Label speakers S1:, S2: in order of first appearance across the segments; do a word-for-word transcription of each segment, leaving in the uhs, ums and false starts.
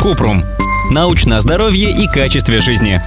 S1: Купрум. Научное здоровье и качестве жизни.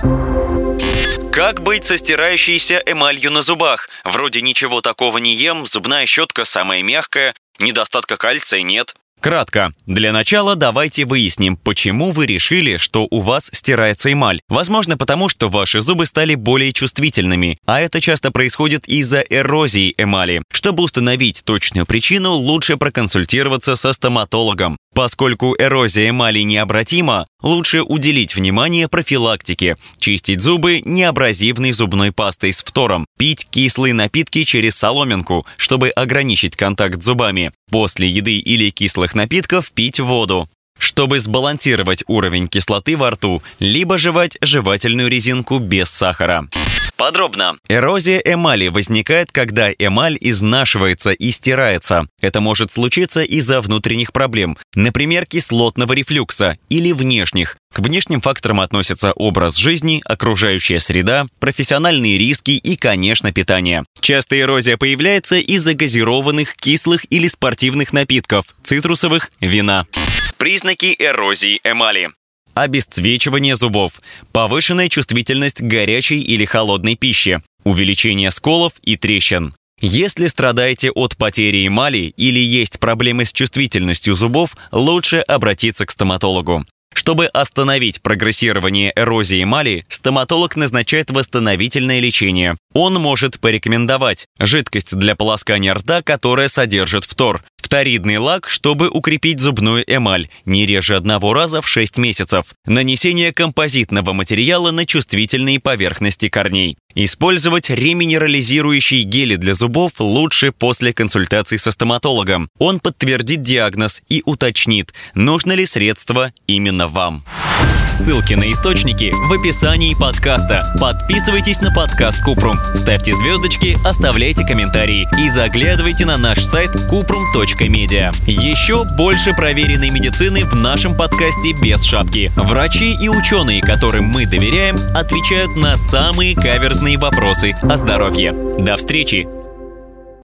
S2: Как быть со стирающейся эмалью на зубах? Вроде ничего такого не ем, зубная щетка самая мягкая, недостатка кальция нет. Кратко. Для начала давайте выясним, почему вы решили, что у вас стирается эмаль. Возможно, потому что ваши зубы стали более чувствительными, а это часто происходит из-за эрозии эмали. Чтобы установить точную причину, лучше проконсультироваться со стоматологом. Поскольку эрозия эмали необратима, лучше уделить внимание профилактике, чистить зубы неабразивной зубной пастой с фтором, пить кислые напитки через соломинку, чтобы ограничить контакт с зубами. После еды или кислых напитков пить воду, чтобы сбалансировать уровень кислоты во рту, либо жевать жевательную резинку без сахара. Подробно. Эрозия эмали возникает, когда эмаль изнашивается и стирается. Это может случиться из-за внутренних проблем, например, кислотного рефлюкса или внешних. К внешним факторам относятся образ жизни, окружающая среда, профессиональные риски и, конечно, питание. Часто эрозия появляется из-за газированных, кислых или спортивных напитков, цитрусовых, вина. Признаки эрозии эмали. Обесцвечивание зубов, повышенная чувствительность к горячей или холодной пище, увеличение сколов и трещин. Если страдаете от потери эмали или есть проблемы с чувствительностью зубов, лучше обратиться к стоматологу. Чтобы остановить прогрессирование эрозии эмали, стоматолог назначает восстановительное лечение. Он может порекомендовать жидкость для полоскания рта, которая содержит фтор, фторидный лак, чтобы укрепить зубную эмаль, не реже одного раза в шесть месяцев, нанесение композитного материала на чувствительные поверхности корней. Использовать реминерализирующие гели для зубов лучше после консультации со стоматологом. Он подтвердит диагноз и уточнит, нужно ли средство именно вам. Ссылки на источники в описании подкаста. Подписывайтесь на подкаст Купрум, ставьте звездочки, оставляйте комментарии и заглядывайте на наш сайт купрум точка медиа. Еще больше проверенной медицины в нашем подкасте без шапки. Врачи и ученые, которым мы доверяем, отвечают на самые каверзные вопросы о здоровье. До встречи!